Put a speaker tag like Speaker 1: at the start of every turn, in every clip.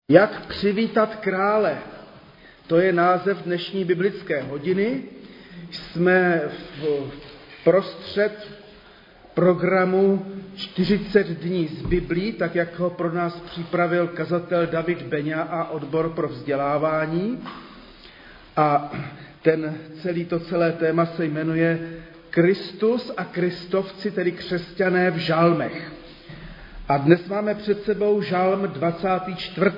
Speaker 1: Jak přivítat krále? To je název dnešní biblické hodiny. Jsme v prostřed programu 40 dní z Biblí, tak jak ho pro nás připravil kazatel David Beňa a odbor pro vzdělávání. A celé téma se jmenuje Kristus a kristovci, tedy křesťané v žalmech. A dnes máme před sebou žalm 24.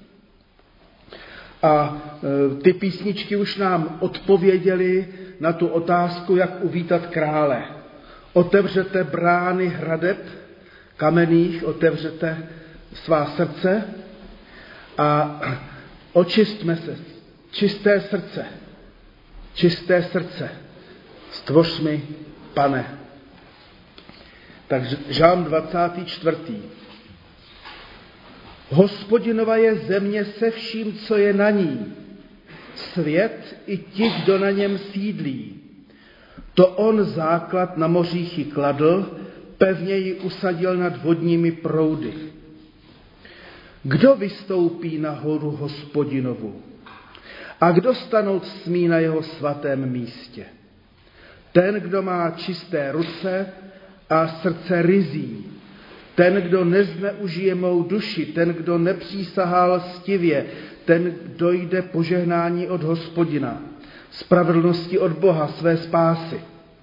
Speaker 1: A ty písničky už nám odpověděly na tu otázku, jak uvítat krále. Otevřete brány hradeb kamenných, otevřete svá srdce a očistme se. Čisté srdce. Stvoř mi, Pane. Takže žalm 24. Hospodinova je země se vším, co je na ní, svět i ti, kdo na něm sídlí. To on základ na mořích ji kladl, pevně ji usadil nad vodními proudy. Kdo vystoupí na horu Hospodinovu? A kdo stanout smí na jeho svatém místě? Ten, kdo má čisté ruce a srdce ryzí, ten, kdo nezneužije mou duši, ten, kdo nepřísahal lstivě, ten, kdo jde požehnání od Hospodina, spravedlnosti od Boha své spásy.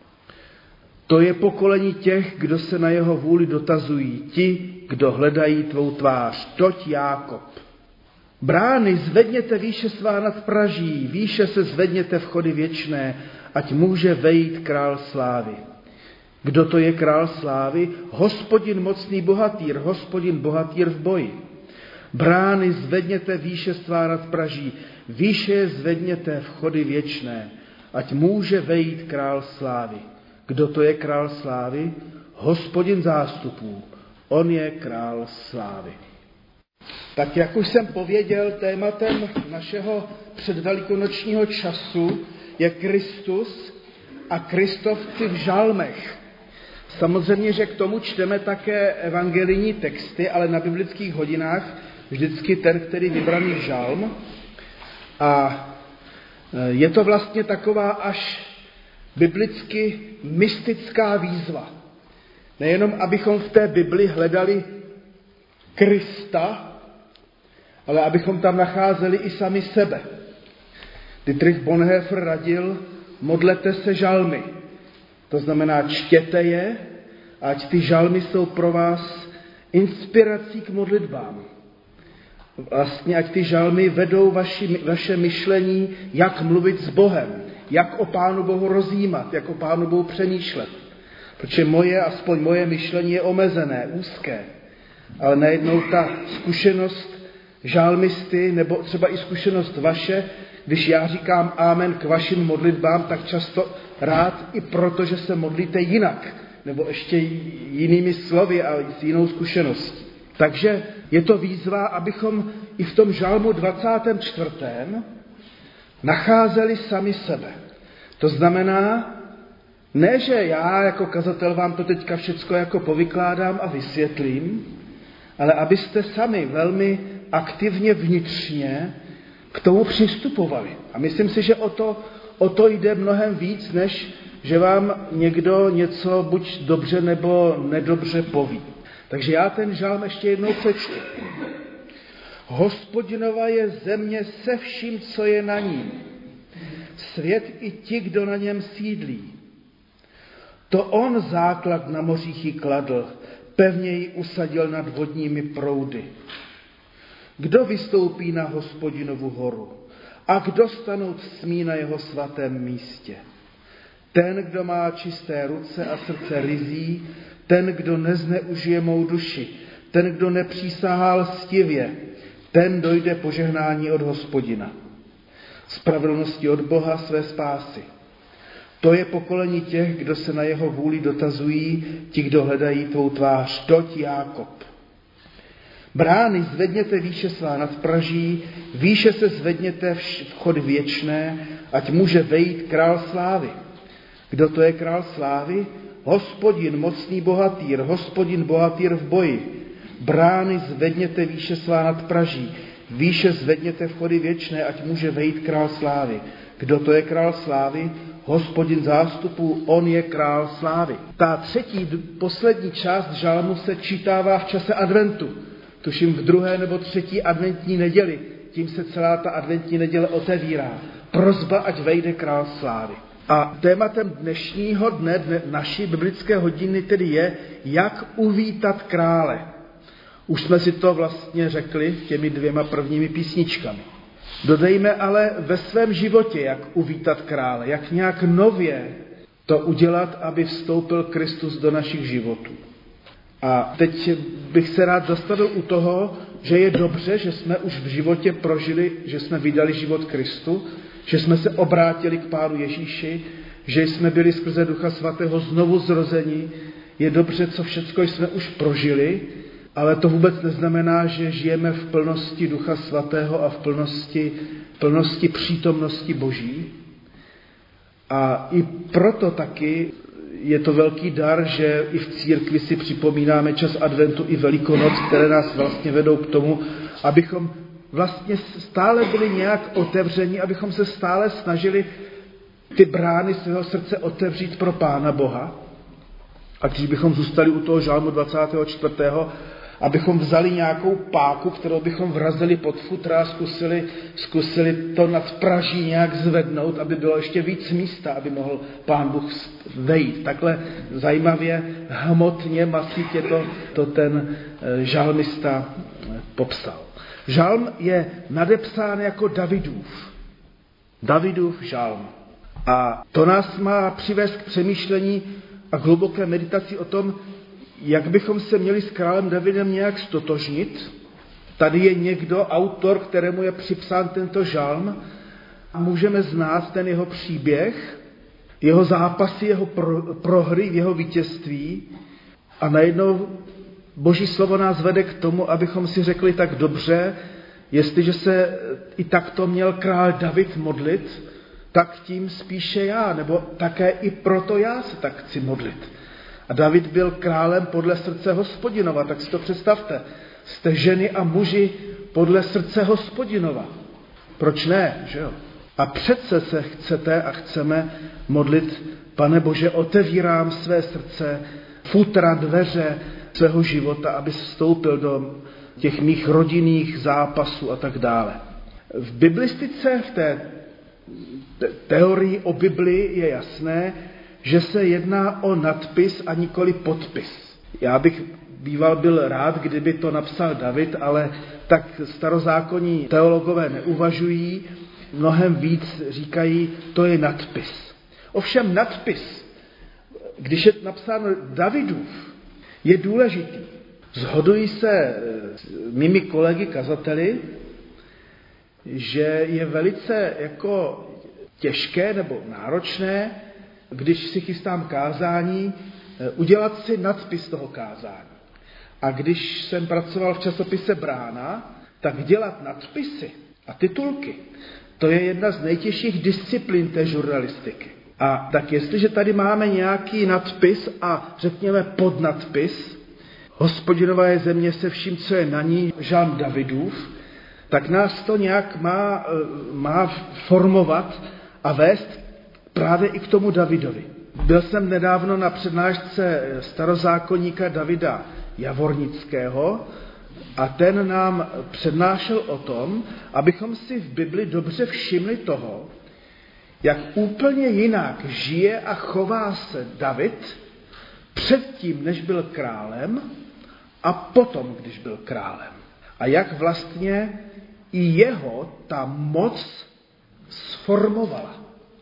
Speaker 1: To je pokolení těch, kdo se na jeho vůli dotazují, ti, kdo hledají tvou tvář. Toť Jákob. Brány, zvedněte výše svá nad praží, výše se zvedněte vchody věčné, ať může vejít král slávy. Kdo to je král slávy? Hospodin mocný bohatýr, Hospodin bohatýr v boji. Brány, zvedněte výše svá nad praží, výše je zvedněte vchody věčné, ať může vejít král slávy. Kdo to je král slávy? Hospodin zástupů, on je král slávy. Tak jak už jsem pověděl, tématem našeho předvelikonočního času je Kristus a kristovci v žalmech. Samozřejmě, že k tomu čteme také evangelijní texty, ale na biblických hodinách vždycky ten, který vybraný žalm. A je to vlastně taková až biblicky mystická výzva. Nejenom, abychom v té Bibli hledali Krista, ale abychom tam nacházeli i sami sebe. Dietrich Bonhoeffer radil, modlete se žalmy. To znamená, čtěte je, ať ty žalmy jsou pro vás inspirací k modlitbám. Vlastně, ať ty žalmy vedou vaše myšlení, jak mluvit s Bohem, jak o Pánu Bohu rozjímat, jak o Pánu Bohu přemýšlet. Protože aspoň moje myšlení je omezené, úzké. Ale najednou ta zkušenost žalmisty, nebo třeba i zkušenost vaše, když já říkám amen k vašim modlitbám, tak často rád i proto, že se modlíte jinak, nebo ještě jinými slovy a s jinou zkušeností. Takže je to výzva, abychom i v tom žalmu 24. nacházeli sami sebe. To znamená, ne, že já jako kazatel vám to teďka všecko jako povykládám a vysvětlím, ale abyste sami velmi aktivně vnitřně k tomu přistupovali. A myslím si, že o to jde mnohem víc, než že vám někdo něco buď dobře nebo nedobře poví. Takže já ten žalm ještě jednou přečtu. Hospodinova je země se vším, co je na ní. Svět i ti, kdo na něm sídlí. To on základ na mořích ji kladl, pevně ji usadil nad vodními proudy. Kdo vystoupí na Hospodinovu horu? A kdo stanout smí na jeho svatém místě? Ten, kdo má čisté ruce a srdce ryzí, ten, kdo nezneužije mou duši, ten, kdo nepřísahá lstivě, ten dojde požehnání od Hospodina. Spravedlnosti od Boha své spásy. To je pokolení těch, kdo se na jeho vůli dotazují, ti, kdo hledají tvou tvář. Toť Jákob. Brány, zvedněte výše svá nad praží, výše se zvedněte vchody věčné, ať může vejít král slávy. Kdo to je král slávy? Hospodin, mocný bohatýr, Hospodin bohatýr v boji. Brány, zvedněte výše svá nad praží, Výše zvedněte vchody věčné, ať může vejít král slávy. Kdo to je král slávy? Hospodin zástupů, on je král slávy. Ta třetí, poslední část žalmu se čítává v čase adventu. Tuším v 2. nebo 3. adventní neděli. Tím se celá ta adventní neděle otevírá. Prosba, ať vejde král slávy. A tématem dnešního dne naší biblické hodiny tedy je, jak uvítat krále. Už jsme si to vlastně řekli těmi 2 prvními písničkami. Dodejme ale ve svém životě, jak uvítat krále, jak nějak nově to udělat, aby vstoupil Kristus do našich životů. A teď bych se rád zastavil u toho, že je dobře, že jsme už v životě prožili, že jsme vydali život Kristu, že jsme se obrátili k Pánu Ježíši, že jsme byli skrze Ducha Svatého znovu zrozeni. Je dobře, co všecko jsme už prožili, ale to vůbec neznamená, že žijeme v plnosti Ducha Svatého a v plnosti přítomnosti Boží. A i proto taky je to velký dar, že i v církvi si připomínáme čas adventu i Velikonoc, které nás vlastně vedou k tomu, abychom vlastně stále byli nějak otevření, abychom se stále snažili ty brány svého srdce otevřít pro Pána Boha. A když bychom zůstali u toho žalmu 24., abychom vzali nějakou páku, kterou bychom vrazili pod futra a zkusili to nad praží nějak zvednout, aby bylo ještě víc místa, aby mohl Pán Bůh vejít. Takhle zajímavě, hmotně, masitě to ten žalmista popsal. Žalm je nadepsán jako Davidův žalm. A to nás má přivést k přemýšlení a hluboké meditaci o tom, jak bychom se měli s králem Davidem nějak stotožnit. Tady je někdo, autor, kterému je připsán tento žalm. Můžeme znát ten jeho příběh, jeho zápasy, jeho prohry, jeho vítězství. A najednou Boží slovo nás vede k tomu, abychom si řekli tak dobře, jestliže se i takto měl král David modlit, tak tím spíše já, nebo také i proto já se tak chci modlit. A David byl králem podle srdce Hospodinova, tak si to představte. Jste ženy a muži podle srdce Hospodinova. Proč ne, že jo? A přece se chcete a chceme modlit, Pane Bože, otevírám své srdce, futra, dveře svého života, aby vstoupil do těch mých rodinných zápasů a tak dále. V biblistice, v té teorii o Biblii je jasné, že se jedná o nadpis a nikoli podpis. Já bych byl rád, kdyby to napsal David, ale tak starozákonní teologové neuvažují, mnohem víc říkají, to je nadpis. Ovšem nadpis, když je napsáno Davidův, je důležitý. Shodují se s mými kolegy kazateli, že je velice jako těžké nebo náročné, když si chystám kázání, udělat si nadpis toho kázání. A když jsem pracoval v časopise Brána, tak dělat nadpisy a titulky, to je jedna z nejtěžších disciplín té žurnalistiky. A tak jestliže tady máme nějaký nadpis a řekněme podnadpis, Hospodinova je země se vším, co je na ní, žalm Davidův, tak nás to nějak má formovat a vést právě i k tomu Davidovi. Byl jsem nedávno na přednášce starozákonníka Davida Javornického a ten nám přednášel o tom, abychom si v Bibli dobře všimli toho, jak úplně jinak žije a chová se David předtím, než byl králem a potom, když byl králem. A jak vlastně i jeho ta moc sformovala.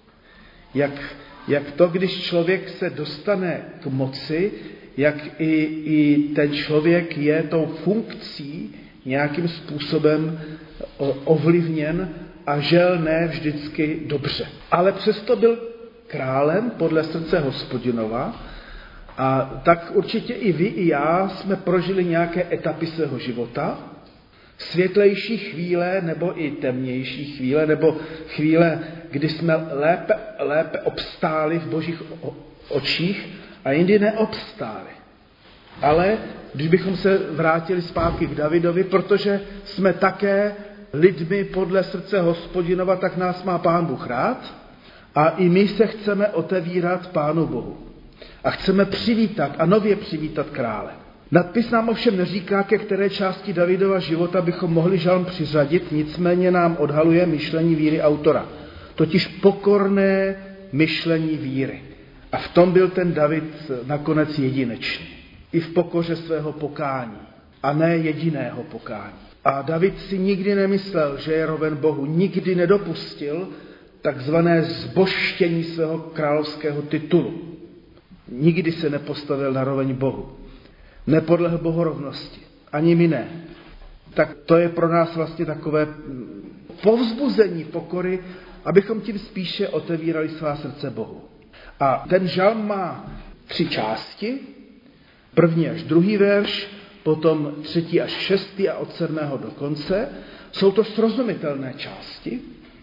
Speaker 1: Jak to, když člověk se dostane k moci, jak i ten člověk je tou funkcí nějakým způsobem ovlivněn a žel ne vždycky dobře. Ale přesto byl králem podle srdce Hospodinova a tak určitě i vy, i já jsme prožili nějaké etapy svého života, světlejší chvíle nebo i temnější chvíle, nebo chvíle, kdy jsme lépe obstáli v Božích očích a jindy neobstáli. Ale když bychom se vrátili zpátky k Davidovi, protože jsme také lidmi podle srdce Hospodinova, tak nás má Pán Bůh rád a i my se chceme otevírat Pánu Bohu. A chceme přivítat a nově přivítat krále. Nadpis nám ovšem neříká, ke které části Davidova života bychom mohli žalm přiřadit, nicméně nám odhaluje myšlení víry autora. Totiž pokorné myšlení víry. A v tom byl ten David nakonec jedinečný. I v pokoře svého pokání. A ne jediného pokání. A David si nikdy nemyslel, že je roven Bohu. Nikdy nedopustil takzvané zbožštění svého královského titulu. Nikdy se nepostavil na roveň Bohu. Nepodlehl bohorovnosti. Ani my ne. Tak to je pro nás vlastně takové povzbuzení pokory, abychom tím spíše otevírali svá srdce Bohu. A ten žalm má 3 části. 1. až 2. verš, potom 3. až 6. a od 7. do konce. Jsou to srozumitelné části.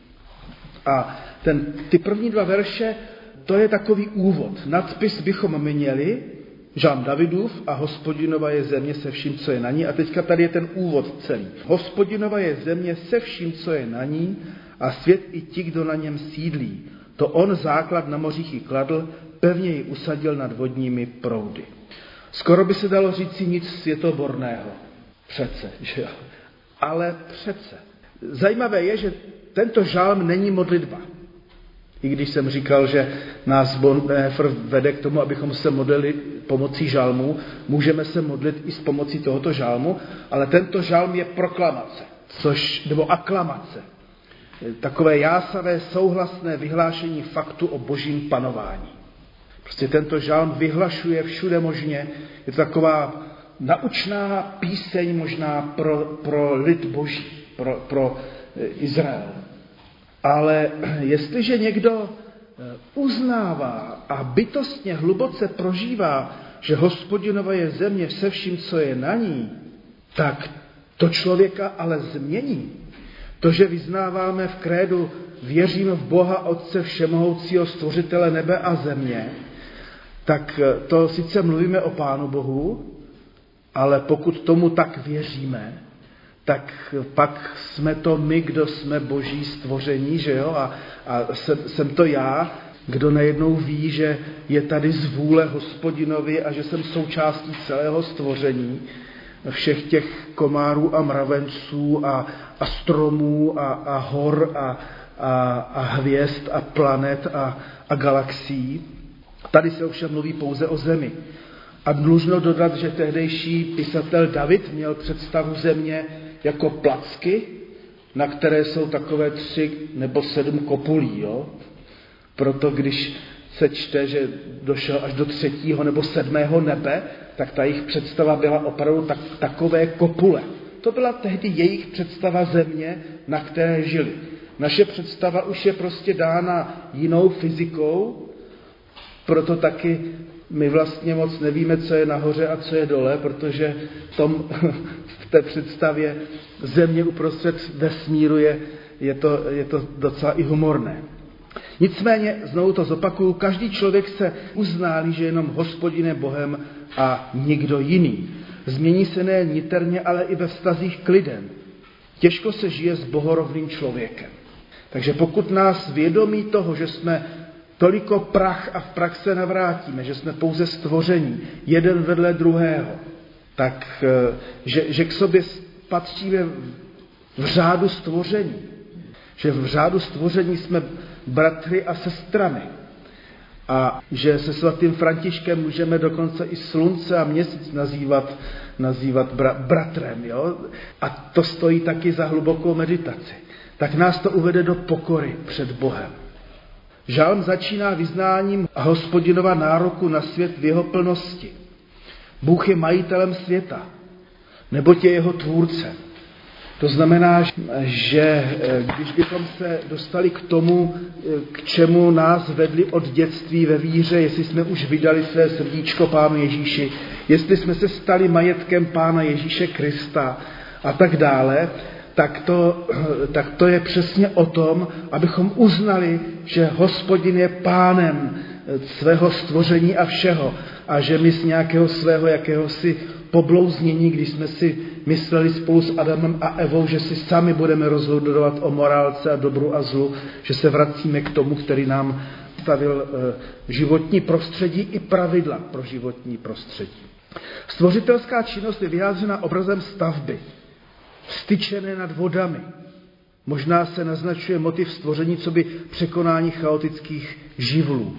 Speaker 1: A ty první 2 verše, to je takový úvod. Nadpis bychom měli, žalm Davidův a Hospodinova je země se vším, co je na ní. A teďka tady je ten úvod celý. Hospodinova je země se vším, co je na ní a svět i ti, kdo na něm sídlí. To on základ na mořích i kladl, pevně ji usadil nad vodními proudy. Skoro by se dalo říci nic světoborného. Přece, že jo? Ale přece. Zajímavé je, že tento žalm není modlitba. I když jsem říkal, že nás Bonhoeffer vede k tomu, abychom se modlili pomocí žalmu, můžeme se modlit i s pomocí tohoto žalmu, ale tento žalm je proklamace, nebo aklamace. Takové jásavé, souhlasné vyhlášení faktu o božím panování. Prostě tento žalm vyhlašuje všude možně. Je to taková naučná píseň možná pro lid boží, pro Izrael. Ale jestliže někdo uznává a bytostně hluboce prožívá, že Hospodinova je země se vším, co je na ní, tak to člověka ale změní. To, že vyznáváme v krédu, věříme v Boha Otce Všemohoucího, Stvořitele nebe a země, tak to sice mluvíme o Pánu Bohu, ale pokud tomu tak věříme, tak pak jsme to my, kdo jsme boží stvoření, že jo? A jsem to já, kdo najednou ví, že je tady z vůle Hospodinovi a že jsem součástí celého stvoření, všech těch komárů a mravenců a stromů a hor a hvězd a planet a galaxií. Tady se ovšem mluví pouze o zemi. A dlužno dodat, že tehdejší pisatel David měl představu země jako placky, na které jsou takové 3 nebo 7 kopulí. Jo? Proto když se čte, že došel až do 3. nebo 7. nebe, tak ta jejich představa byla opravdu takové kopule. To byla tehdy jejich představa země, na které žili. Naše představa už je prostě dána jinou fyzikou, proto taky my vlastně moc nevíme, co je nahoře a co je dole, protože v té představě země uprostřed vesmíru je to docela i humorné. Nicméně, znovu to zopakuju, každý člověk se uzná, že jenom Hospodin je Bohem a nikdo jiný. Změní se nejen niterně, ale i ve vztazích k lidem. Těžko se žije s bohorovným člověkem. Takže pokud nás vědomí toho, že jsme toliko prach a v prach se navrátíme, že jsme pouze stvoření, jeden vedle druhého, tak že k sobě patříme v řádu stvoření. Že v řádu stvoření jsme bratry a sestrami. A že se svatým Františkem můžeme dokonce i slunce a měsíc nazývat bratrem. Jo? A to stojí taky za hlubokou meditaci. Tak nás to uvede do pokory před Bohem. Žalm začíná vyznáním Hospodinova nároku na svět v jeho plnosti. Bůh je majitelem světa, neboť je jeho tvůrcem. To znamená, že když bychom se dostali k tomu, k čemu nás vedli od dětství ve víře, jestli jsme už vydali své srdíčko Pánu Ježíši, jestli jsme se stali majetkem Pána Ježíše Krista a tak dále, tak to je přesně o tom, abychom uznali, že Hospodin je pánem svého stvoření a všeho a že my z nějakého svého jakéhosi poblouznění, když jsme si mysleli spolu s Adamem a Evou, že si sami budeme rozhodovat o morálce a dobru a zlu, že se vracíme k tomu, který nám stavil životní prostředí i pravidla pro životní prostředí. Stvořitelská činnost je vyjádřena obrazem stavby, styčené nad vodami. Možná se naznačuje motiv stvoření coby překonání chaotických živlů.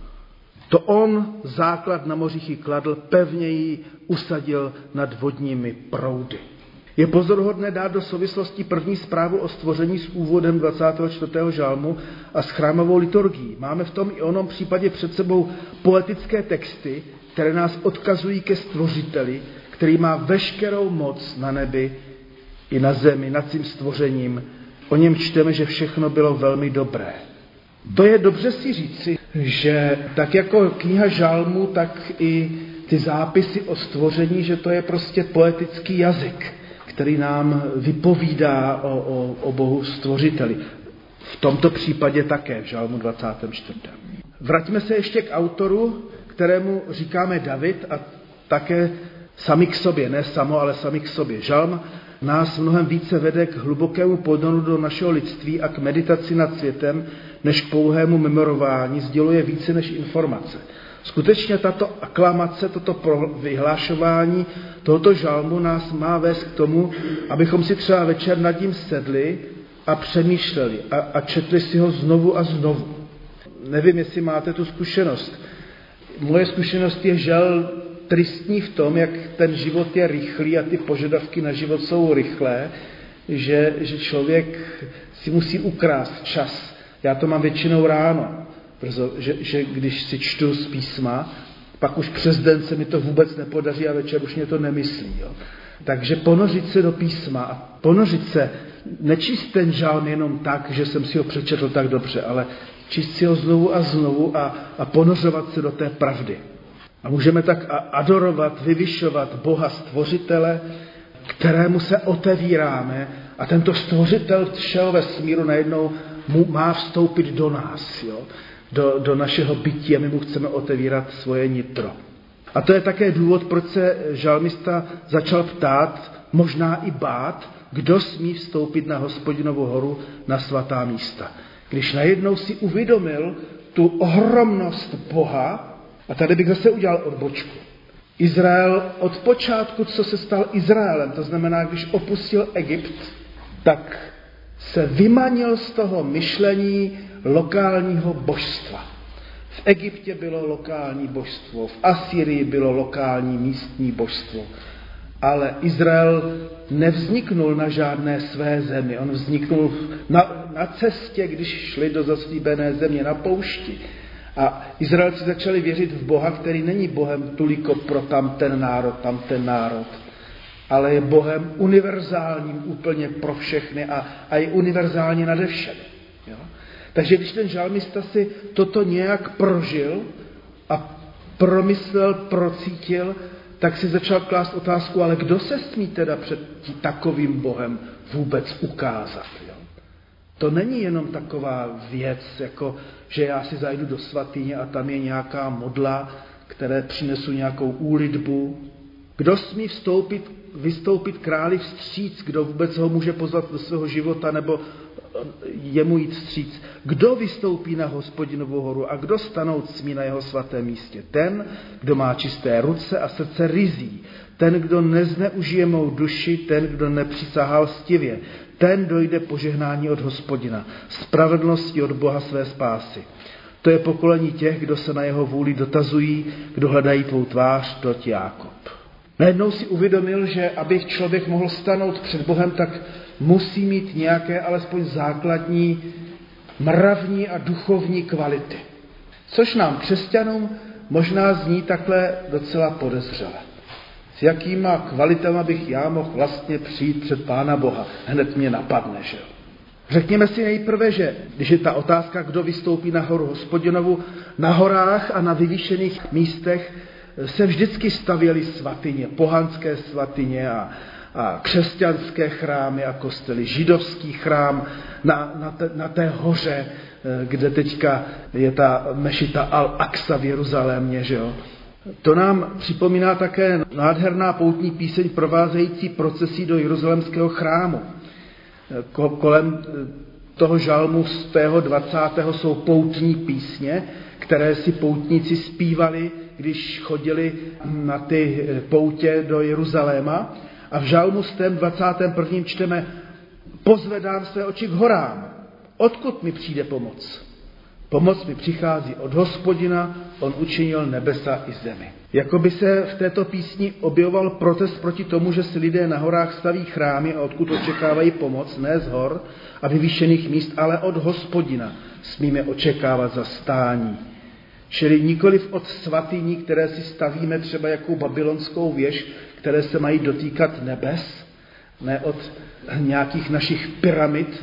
Speaker 1: To on základ na mořích ji kladl, pevně ji usadil nad vodními proudy. Je pozoruhodné dát do souvislosti první zprávu o stvoření s úvodem 24. žalmu a s chrámovou liturgií. Máme v tom i onom případě před sebou poetické texty, které nás odkazují ke stvořiteli, který má veškerou moc na nebi i na zemi, nad tím stvořením. O něm čteme, že všechno bylo velmi dobré. To je dobře si říci, že tak jako kniha žalmu, tak i ty zápisy o stvoření, že to je prostě poetický jazyk, který nám vypovídá o Bohu stvořiteli. V tomto případě také v žalmu 24. Vraťme se ještě k autoru, kterému říkáme David a také sami k sobě, ne samo, ale sami k sobě. Žalm nás mnohem více vede k hlubokému podnoru do našeho lidství a k meditaci nad světem, než k pouhému memorování, sděluje více než informace. Skutečně tato aklamace, toto vyhlášování tohoto žalmu nás má vést k tomu, abychom si třeba večer nad ním sedli a přemýšleli a četli si ho znovu a znovu. Nevím, jestli máte tu zkušenost. Moje zkušenost je žel tristní v tom, jak ten život je rychlý a ty požadavky na život jsou rychlé, že člověk si musí ukrást čas. Já to mám většinou ráno, že když si čtu z písma, pak už přes den se mi to vůbec nepodaří a večer už mě to nemyslí. Jo. Takže ponořit se do písma a ponořit se, nečíst ten žalm jenom tak, že jsem si ho přečetl tak dobře, ale číst si ho znovu a znovu a ponořovat se do té pravdy. A můžeme tak adorovat, vyvyšovat Boha stvořitele, kterému se otevíráme a tento stvořitel všeho vesmíru najednou má vstoupit do nás, jo? Do našeho bytí a my mu chceme otevírat svoje nitro. A to je také důvod, proč se žalmista začal ptát, možná i bát, kdo smí vstoupit na Hospodinovu horu, na svatá místa. Když najednou si uvědomil tu ohromnost Boha, a tady bych zase udělal odbočku. Izrael od počátku, co se stal Izraelem, to znamená, když opustil Egypt, tak se vymanil z toho myšlení lokálního božstva. V Egyptě bylo lokální božstvo, v Asyrii bylo lokální místní božstvo. Ale Izrael nevzniknul na žádné své zemi. On vzniknul na cestě, když šli do zaslíbené země, na poušti. A Izraelci začali věřit v Boha, který není Bohem toliko pro tamten národ, ale je Bohem univerzálním úplně pro všechny a je univerzálně nade všemi. Jo? Takže když ten žalmista si toto nějak prožil a promyslel, procítil, tak si začal klást otázku, ale kdo se smí teda před takovým Bohem vůbec ukázat? Jo? To není jenom taková věc, jako že já si zajdu do svatyně a tam je nějaká modla, které přinesu nějakou úlitbu. Kdo smí vystoupit králi vstříc, kdo vůbec ho může pozvat do svého života nebo jemu jít vstříc? Kdo vystoupí na Hospodinovu horu a kdo stanout smí na jeho svatém místě? Ten, kdo má čisté ruce a srdce ryzí, ten, kdo nezneužije mou duši, ten, kdo nepřisahal stivě, ten dojde požehnání od Hospodina, spravedlnosti od Boha své spásy. To je pokolení těch, kdo se na jeho vůli dotazují, kdo hledají tvou tvář, toť Jákob. Najednou si uvědomil, že aby člověk mohl stanout před Bohem, tak musí mít nějaké alespoň základní mravní a duchovní kvality. Což nám křesťanům možná zní takhle docela podezřele. S jakýma kvalitama bych já mohl vlastně přijít před Pána Boha? Hned mě napadne, že jo? Řekněme si nejprve, že když je ta otázka, kdo vystoupí na horu Hospodinovu, na horách a na vyvýšených místech se vždycky stavěly svatyně, pohanské svatyně a křesťanské chrámy a kostely. Židovský chrám na té hoře, kde teďka je ta mešita Al-Aqsa v Jeruzalémě, že jo? To nám připomíná také nádherná poutní píseň provázející procesí do Jeruzalémského chrámu. Kolem toho žalmu z tého 20. jsou poutní písně, které si poutníci zpívali, když chodili na ty poutě do Jeruzaléma. A v žalmu z tém 21. čteme: pozvedám své oči k horám, odkud mi přijde pomoc? Pomoc mi přichází od Hospodina, on učinil nebesa i zemi. Jakoby se v této písni objevoval protest proti tomu, že si lidé na horách staví chrámy a odkud očekávají pomoc, ne z hor a vyvýšených míst, ale od Hospodina smíme očekávat zastání. Čili nikoliv od svatyní, které si stavíme třeba jakou babylonskou věž, které se mají dotýkat nebes, ne od nějakých našich pyramid,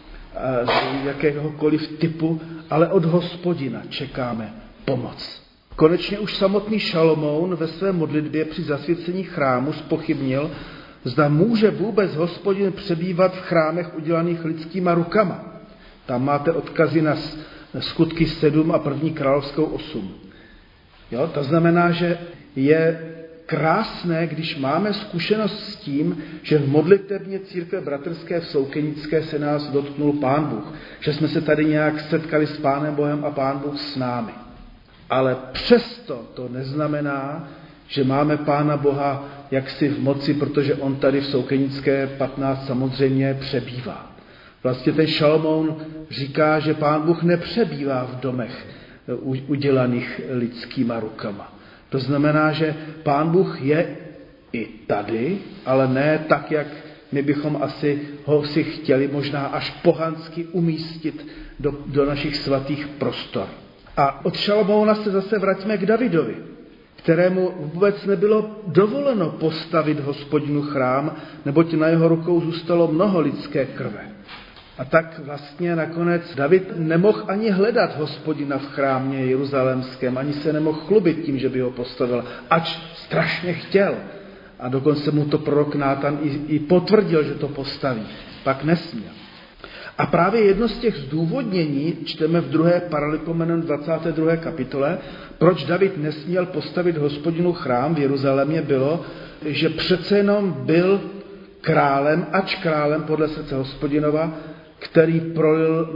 Speaker 1: z jakéhokoliv typu, ale od Hospodina čekáme pomoc. Konečně už samotný Šalomoun ve své modlitbě při zasvěcení chrámu zpochybnil, zda může vůbec Hospodin přebývat v chrámech udělaných lidskýma rukama. Tam máte odkazy na Skutky 7 a 1. královskou 8. Jo, to znamená, že je krásné, když máme zkušenost s tím, že v modlitebně církve bratrské v Soukenické se nás dotknul Pán Bůh, že jsme se tady nějak setkali s Pánem Bohem a Pán Bůh s námi. Ale přesto to neznamená, že máme Pána Boha jaksi v moci, protože on tady v Soukenické 15 samozřejmě přebývá. Vlastně ten Šalomoun říká, že Pán Bůh nepřebývá v domech udělaných lidskýma rukama. To znamená, že Pán Bůh je i tady, ale ne tak, jak my bychom asi ho si chtěli možná až pohansky umístit do našich svatých prostor. A od Šalomouna se zase vraťme k Davidovi, kterému vůbec nebylo dovoleno postavit Hospodinu chrám, neboť na jeho rukou zůstalo mnoho lidské krve. A tak vlastně nakonec David nemohl ani hledat Hospodina v chrámě jeruzalémském, ani se nemohl chlubit tím, že by ho postavil, ač strašně chtěl. A dokonce mu to prorok Nátan i potvrdil, že to postaví. Pak nesměl. A právě jedno z těch zdůvodnění čteme v 2. Paralipomenon 22. kapitole, proč David nesměl postavit Hospodinu chrám v Jeruzalémě, bylo, že přece jenom byl králem, ač králem podle srdce Hospodinova, který prolil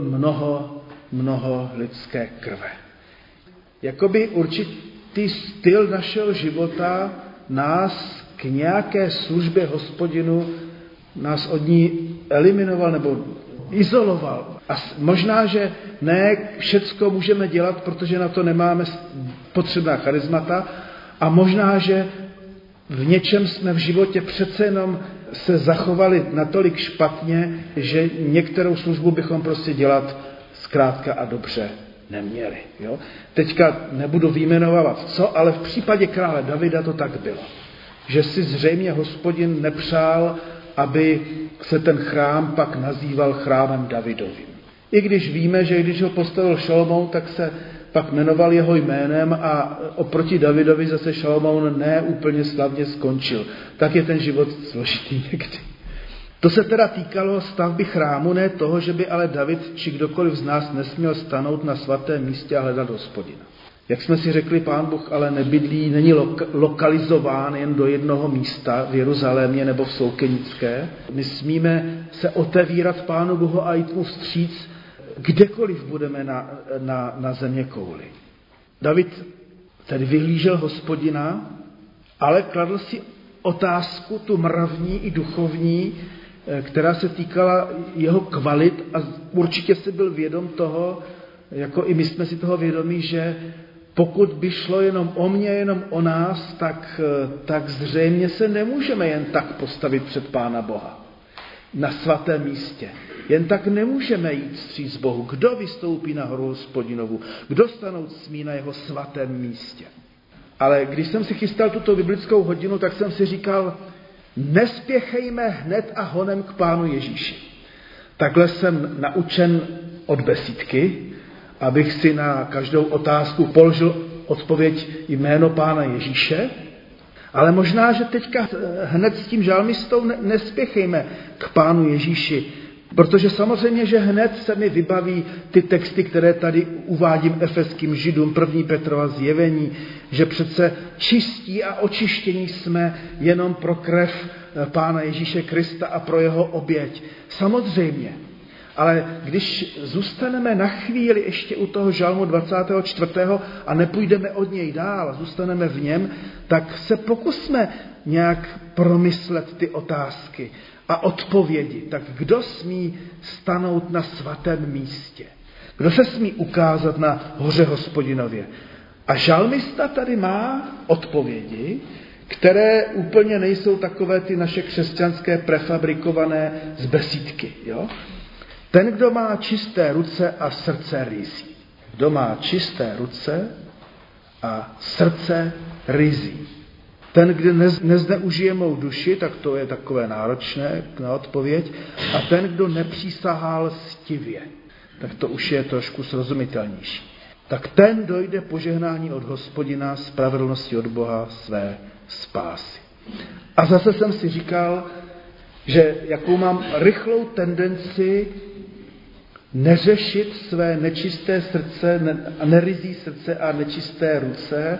Speaker 1: mnoho lidské krve. Jakoby určitý styl našeho života nás k nějaké službě Hospodinu, nás od ní eliminoval nebo izoloval. A možná, že ne všecko můžeme dělat, protože na to nemáme potřebná charismata, a možná, že v něčem jsme v životě přece jenom se zachovali natolik špatně, že některou službu bychom prostě dělat zkrátka a dobře neměli. Jo? Teďka nebudu vyjmenovávat co, ale v případě krále Davida to tak bylo. Že si zřejmě Hospodin nepřál, aby se ten chrám pak nazýval chrámem Davidovým. I když víme, že když ho postavil Šalomoun, tak se pak jmenoval jeho jménem a oproti Davidovi zase Šalomoun ne úplně slavně skončil. Tak je ten život složitý někdy. To se teda týkalo stavby chrámu, ne toho, že by ale David či kdokoliv z nás nesměl stanout na svatém místě a hledat Hospodina. Jak jsme si řekli, Pán Bůh ale nebydlí, není lokalizován jen do jednoho místa v Jeruzalémě nebo v Soukenické. My smíme se otevírat Pánu Bohu a jít mu vstříc, kdekoliv budeme na země kouli. David tedy vyhlížel Hospodina, ale kladl si otázku, tu mravní i duchovní, která se týkala jeho kvalit, a určitě si byl vědom toho, jako i my jsme si toho vědomí, že pokud by šlo jenom o mě, jenom o nás, tak zřejmě se nemůžeme jen tak postavit před Pána Boha na svatém místě. Jen tak nemůžeme jít vstříc Bohu. Kdo vystoupí na horu Hospodinovu? Kdo stanout smí na jeho svatém místě? Ale když jsem si chystal tuto biblickou hodinu, tak jsem si říkal, nespěchejme hned a honem k Pánu Ježíši. Takhle jsem naučen od besídky, abych si na každou otázku položil odpověď jméno Pána Ježíše, ale možná, že teďka hned s tím žalmistou nespěchejme k Pánu Ježíši, Protože samozřejmě, že hned se mi vybaví ty texty, které tady uvádím efeským Židům, 1. Petrova zjevení, že přece čistí a očištění jsme jenom pro krev Pána Ježíše Krista a pro jeho oběť. Samozřejmě. Ale když zůstaneme na chvíli ještě u toho žalmu 24. a nepůjdeme od něj dál, zůstaneme v něm, tak se pokusme nějak promyslet ty otázky a odpovědi. Tak kdo smí stanout na svatém místě? Kdo se smí ukázat na hoře Hospodinově? A žalmista tady má odpovědi, které úplně nejsou takové ty naše křesťanské prefabrikované z besídky. Jo? Ten, kdo má čisté ruce a srdce ryzí. Kdo má čisté ruce a srdce ryzí. Ten, kdo nezneužije mou duši, tak to je takové náročné na odpověď. A ten, kdo nepřísahal lstivě, tak to už je trošku srozumitelnější. Tak ten dojde požehnání od Hospodina, spravedlnosti od Boha své spásy. A zase jsem si říkal, že jakou mám rychlou tendenci neřešit své nečisté srdce, neryzí srdce a nečisté ruce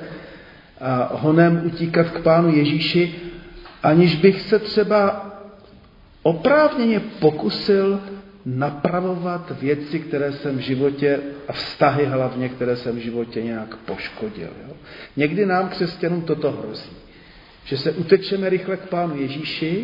Speaker 1: a honem utíkat k Pánu Ježíši, aniž bych se třeba oprávněně pokusil napravovat věci, které jsem v životě, a vztahy hlavně, které jsem v životě nějak poškodil. Jo? Někdy nám, křesťanům, toto hrozí. Že se utečeme rychle k Pánu Ježíši,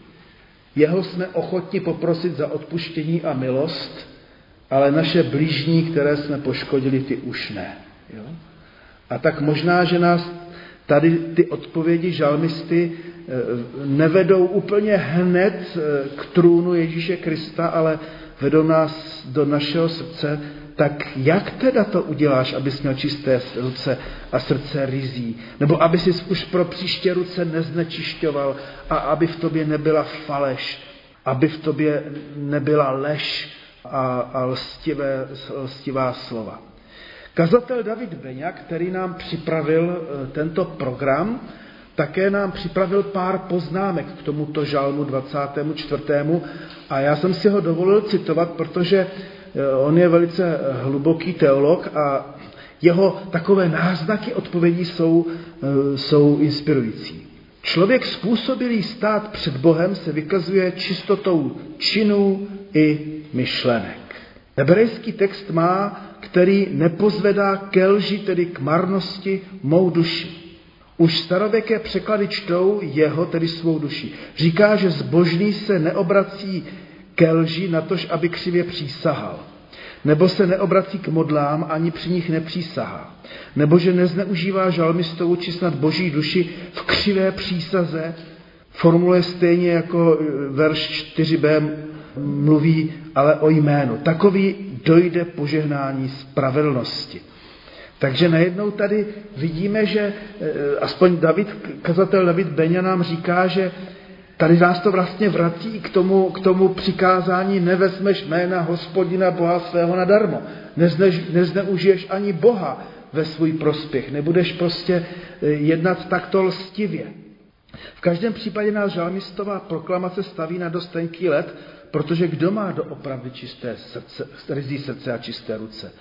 Speaker 1: jeho jsme ochotni poprosit za odpuštění a milost, ale naše bližní, které jsme poškodili, ty už ne. Jo? A tak možná, že nás tady ty odpovědi žalmisty nevedou úplně hned k trůnu Ježíše Krista, ale vedou nás do našeho srdce. Tak jak teda to uděláš, abys měl čisté ruce a srdce ryzí? Nebo aby si už pro příště ruce neznečišťoval a aby v tobě nebyla faleš, aby v tobě nebyla lež a lstivá slova. Kazatel David Beňa, který nám připravil tento program, také nám připravil pár poznámek k tomuto žalmu 24. A já jsem si ho dovolil citovat, protože on je velice hluboký teolog a jeho takové náznaky odpovědí jsou inspirující. Člověk způsobilý stát před Bohem se vykazuje čistotou činů i myšlenek. Hebrejský text má, který nepozvedá ke lži, tedy k marnosti, mou duši. Už starověké překlady čtou jeho, tedy svou duši. Říká, že zbožný se neobrací ke lži, natož aby křivě přísahal. Nebo se neobrací k modlám, ani při nich nepřísahá. Nebo že nezneužívá žalmistovu či snad boží duši v křivé přísaze, formuluje stejně jako verš 4b mluví, ale o jménu. Takový dojde požehnání spravedlnosti. Takže najednou tady vidíme, že aspoň kazatel David Beňa nám říká, že tady nás to vlastně vrací k tomu přikázání: nevezmeš jména Hospodina Boha svého nadarmo. Nezneužiješ ani Boha ve svůj prospěch. Nebudeš prostě jednat takto lstivě. V každém případě nás žalmistová proklamace staví na dost tenký led, protože kdo má doopravdy čisté srdce, ryzí srdce a čisté ruce?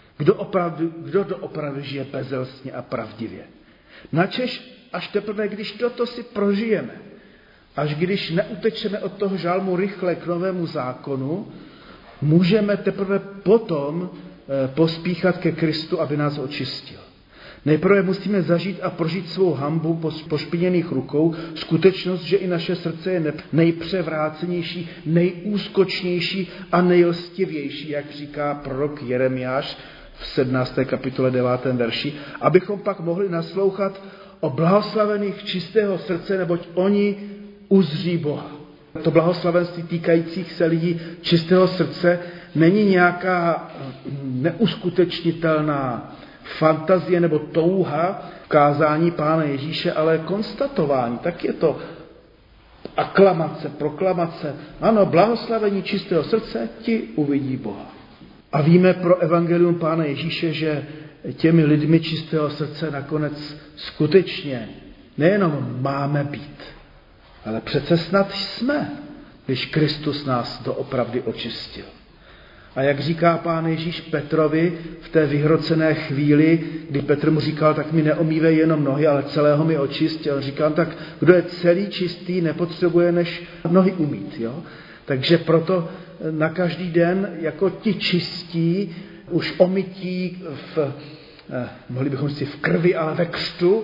Speaker 1: Kdo doopravdy žije bezelstně a pravdivě? Načež až teprve, když toto si prožijeme, až když neutečeme od toho žalmu rychle k novému zákonu, můžeme teprve potom pospíchat ke Kristu, aby nás očistil. Nejprve musíme zažít a prožít svou hanbu pošpiněných rukou, skutečnost, že i naše srdce je nejpřevrácenější, nejúskočnější a nejlstivější, jak říká prorok Jeremiáš v 17. kapitole 9. verši, abychom pak mohli naslouchat o blahoslavených čistého srdce, neboť oni uzří Boha. To blahoslavenství týkajících se lidí čistého srdce není nějaká neuskutečnitelná fantazie nebo touha kázání Pána Ježíše, ale konstatování. Tak je to aklamace, proklamace. Ano, blahoslavení čistého srdce, ti uvidí Boha. A víme pro evangelium Pána Ježíše, že těmi lidmi čistého srdce nakonec skutečně nejenom máme být, ale přece snad jsme. když Kristus nás doopravdy očistil. A jak říká Pán Ježíš Petrovi v té vyhrocené chvíli, kdy Petr mu říkal, tak mi neomývej jenom nohy, ale celého mi očist. A on říkal, tak kdo je celý čistý, nepotřebuje než nohy umýt. Jo? Takže proto na každý den, jako ti čistí, už omytí mohli bychom říct v krvi, ale ve křtu,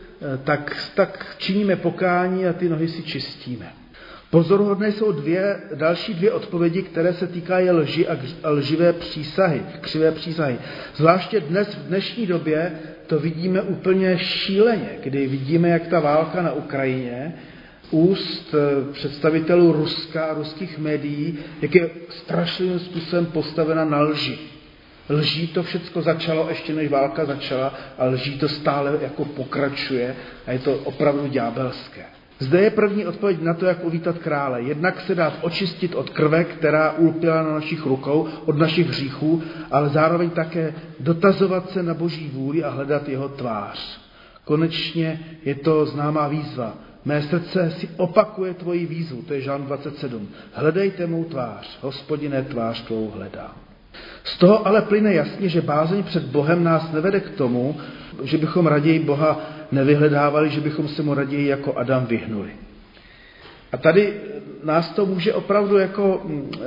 Speaker 1: tak činíme pokání a ty nohy si čistíme. Pozoruhodné jsou další dvě odpovědi, které se týkají lži a lživé přísahy, křivé přísahy. Zvláště dnes, v dnešní době, to vidíme úplně šíleně, kdy vidíme, jak ta válka na Ukrajině úst představitelů Ruska a ruských médií, jak je strašným způsobem postavena na lži. Lží to všecko začalo, ještě než válka začala, a lží to stále jako pokračuje a je to opravdu ďábelské. Zde je první odpověď na to, jak uvítat krále. Jednak se dát očistit od krve, která ulpěla na našich rukou, od našich hříchů, ale zároveň také dotazovat se na Boží vůli a hledat jeho tvář. Konečně je to známá výzva. Mé srdce si opakuje tvoji výzvu, to je Žalm 27. Hledejte mou tvář, Hospodine, tvář tvou hledám. Z toho ale plyne jasně, že bázeň před Bohem nás nevede k tomu, že bychom raději Boha nevyhledávali, že bychom se mu raději jako Adam vyhnuli. A tady nás to může opravdu jako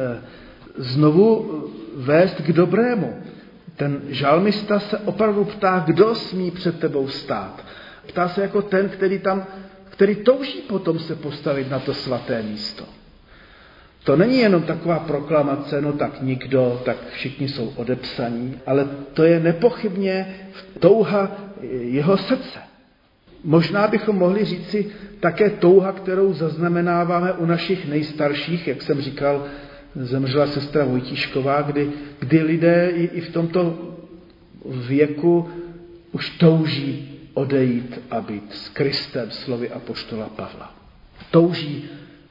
Speaker 1: znovu vést k dobrému. Ten žalmista se opravdu ptá, kdo smí před tebou stát. Ptá se jako ten, který touží potom se postavit na to svaté místo. To není jenom taková proklamace, no tak nikdo, tak všichni jsou odepsaní, ale to je nepochybně touha jeho srdce. Možná bychom mohli říci také touha, kterou zaznamenáváme u našich nejstarších, jak jsem říkal, zemřela sestra Vojtíšková, kdy lidé i v tomto věku už touží odejít a být s Kristem, slovy apoštola Pavla. Touží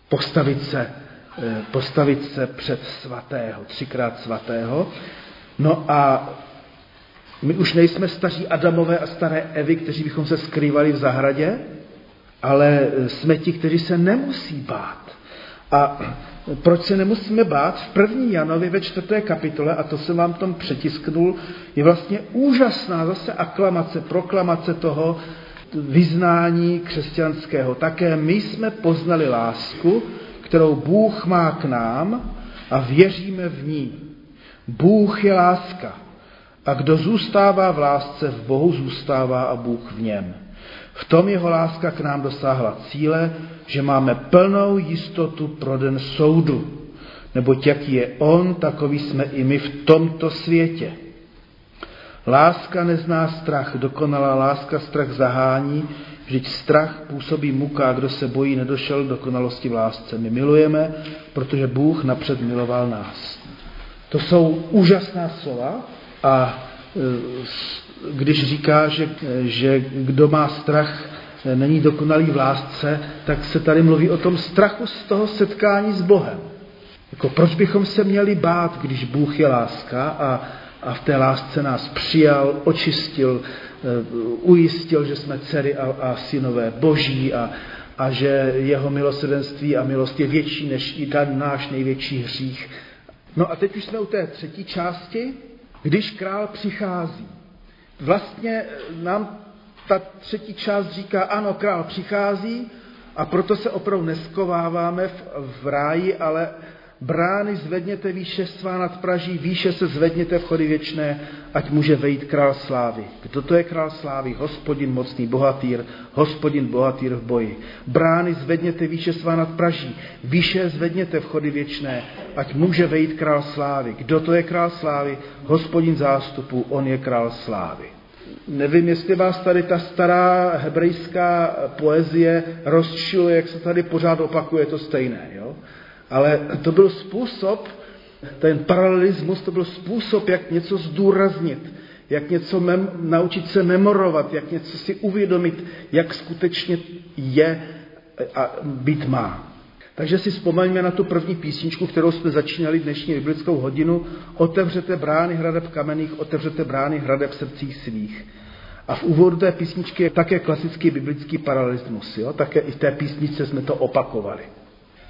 Speaker 1: postavit se před svatého, 3krát svatého. No a my už nejsme staří Adamové a staré Evy, kteří bychom se skrývali v zahradě, ale jsme ti, kteří se nemusí bát. A proč se nemusíme bát? V 1. Janovi ve 4. kapitole, a to jsem vám tom přetisknul, je vlastně úžasná zase aklamace, proklamace toho vyznání křesťanského. Také my jsme poznali lásku, kterou Bůh má k nám a věříme v ní. Bůh je láska. A kdo zůstává v lásce, v Bohu zůstává a Bůh v něm. V tom jeho láska k nám dosáhla cíle, že máme plnou jistotu pro den soudu. Neboť jaký je on, takový jsme i my v tomto světě. Láska nezná strach, dokonalá láska strach zahání, vždyť strach působí muka, a kdo se bojí, nedošel k dokonalosti v lásce. My milujeme, protože Bůh napřed miloval nás. To jsou úžasná slova a když říká, že kdo má strach, není dokonalý v lásce, tak se tady mluví o tom strachu z toho setkání s Bohem. Jako proč bychom se měli bát, když Bůh je láska a v té lásce nás přijal, očistil, ujistil, že jsme dcery a synové Boží a že jeho milosrdenství a milost je větší než i ten náš největší hřích. No a teď už jsme u té třetí části, když král přichází. Vlastně nám ta třetí část říká, ano, král přichází a proto se opravdu neskováváme v ráji, ale brány zvedněte výše svá nad praží, výše se zvedněte vchody věčné, ať může vejít král slávy. Kdo to je král slávy? Hospodin mocný bohatýr, Hospodin bohatýr v boji. Brány zvedněte výše svá nad praží, výše zvedněte vchody věčné, ať může vejít král slávy. Kdo to je král slávy? Hospodin zástupů, on je král slávy. Nevím, jestli vás tady ta stará hebrejská poezie rozčiluje, jak se tady pořád opakuje to stejné, jo? Ale to byl způsob, ten paralelismus, to byl způsob, jak něco zdůraznit, jak něco naučit se memorovat, jak něco si uvědomit, jak skutečně je a být má. Takže si vzpomeňme na tu první písničku, kterou jsme začínali dnešní biblickou hodinu. Otevřete brány hradeb kamenných, otevřete brány hradeb srdcích svých. A v úvodu té písničky je také klasický biblický paralelismus. Jo? Také i v té písničce jsme to opakovali.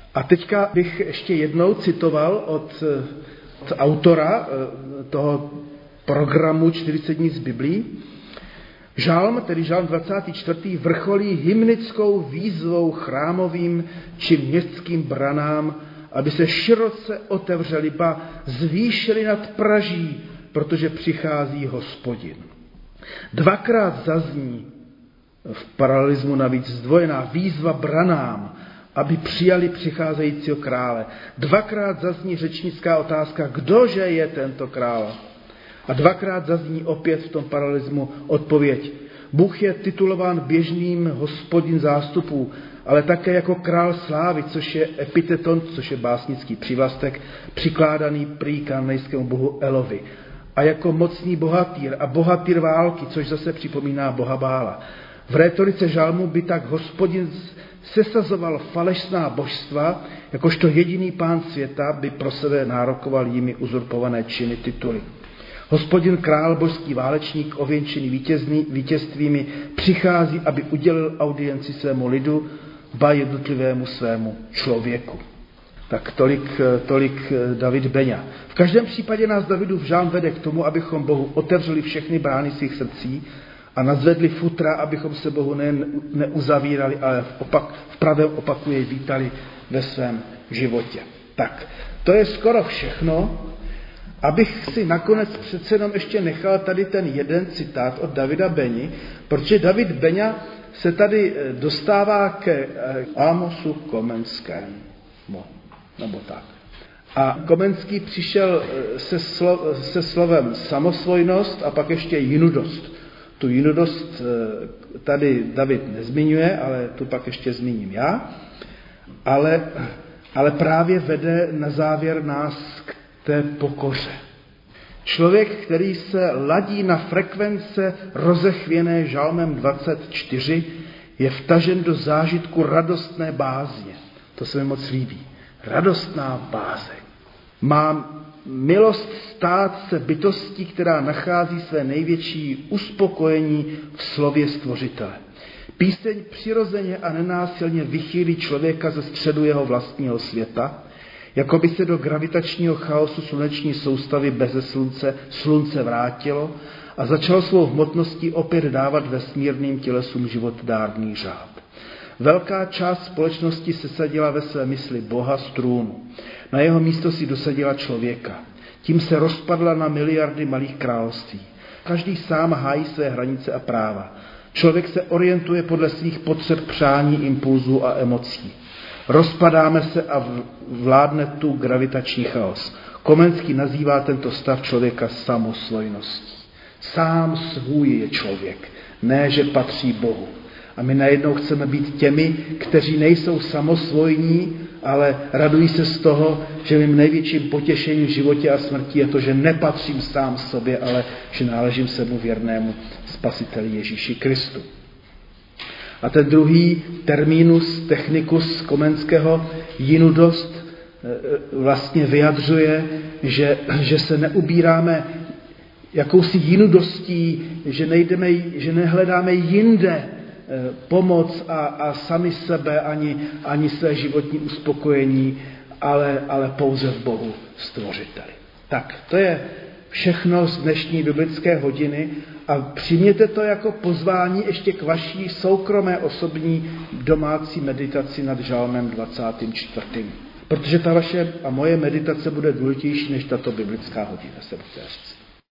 Speaker 1: A teďka bych ještě jednou citoval od autora toho programu 40 dní z Biblí. Žálm, tedy žálm 24. vrcholí hymnickou výzvou chrámovým či městským branám, aby se široce otevřeli, ba zvýšili nad praží, protože přichází Hospodin. Dvakrát zazní v paralelismu navíc zdvojená výzva branám, aby přijali přicházejícího krále. Dvakrát zazní řečnická otázka, kdože je tento král? A dvakrát zazní opět v tom paralelismu odpověď. Bůh je titulován běžným Hospodin zástupů, ale také jako král slávy, což je epiteton, což je básnický přívlastek, přikládaný prý kananejskému bohu Elovi. A jako mocný bohatýr a bohatýr války, což zase připomíná boha Bála. V rétorice žalmu by tak Hospodin sesazoval falešná božstva, jakožto jediný pán světa by pro sebe nárokoval jimi uzurpované činy tituly. Hospodin král, božský válečník, ověnčený vítězstvími, přichází, aby udělil audienci svému lidu, ba jednotlivému svému člověku. Tak tolik David Beňa. V každém případě nás Davidův žálm vede k tomu, abychom Bohu otevřeli všechny brány svých srdcí a nazvedli futra, abychom se Bohu neuzavírali, ale v pravém opaku jej vítali ve svém životě. Tak, to je skoro všechno. Abych si nakonec přece jenom ještě nechal tady ten jeden citát od Davida Beni, protože David Beňa se tady dostává ke Amosu Komenskému, nebo tak. A Komenský přišel se slovem samosvojnost a pak ještě jinudost. Tu jinudost tady David nezmiňuje, ale tu pak ještě zmíním já. Ale právě vede na závěr nás k té pokoře. Člověk, který se ladí na frekvence rozechvěné žalmem 24, je vtažen do zážitku radostné bázně. To se mi moc líbí. Radostná bázeň. Má milost stát se bytostí, která nachází své největší uspokojení v slově Stvořitele. Píseň přirozeně a nenásilně vychýlí člověka ze středu jeho vlastního světa, jako by se do gravitačního chaosu sluneční soustavy beze slunce vrátilo a začalo svou hmotností opět dávat vesmírným tělesům životdárný řád. Velká část společnosti sesadila ve své mysli Boha z trůnu. Na jeho místo si dosadila člověka. Tím se rozpadla na miliardy malých království. Každý sám hájí své hranice a práva. Člověk se orientuje podle svých potřeb, přání, impulzů a emocí. Rozpadáme se a vládne tu gravitační chaos. Komenský nazývá tento stav člověka samosvojností. Sám svůj je člověk, ne že patří Bohu. A my najednou chceme být těmi, kteří nejsou samosvojní, ale radují se z toho, že mým největším potěšením v životě a smrti je to, že nepatřím sám sobě, ale že náležím svému věrnému Spasiteli Ježíši Kristu. A ten druhý terminus technicus Komenského, jinudost, vlastně vyjadřuje, že se neubíráme jakousi jinudostí, že nehledáme jinde pomoc a sami sebe, ani své životní uspokojení, ale pouze v Bohu Stvořiteli. Tak, to je všechno z dnešní biblické hodiny a přijměte to jako pozvání ještě k vaší soukromé osobní domácí meditaci nad žalmem 24. Protože ta vaše a moje meditace bude důležitější než tato biblická hodina, se chci říct.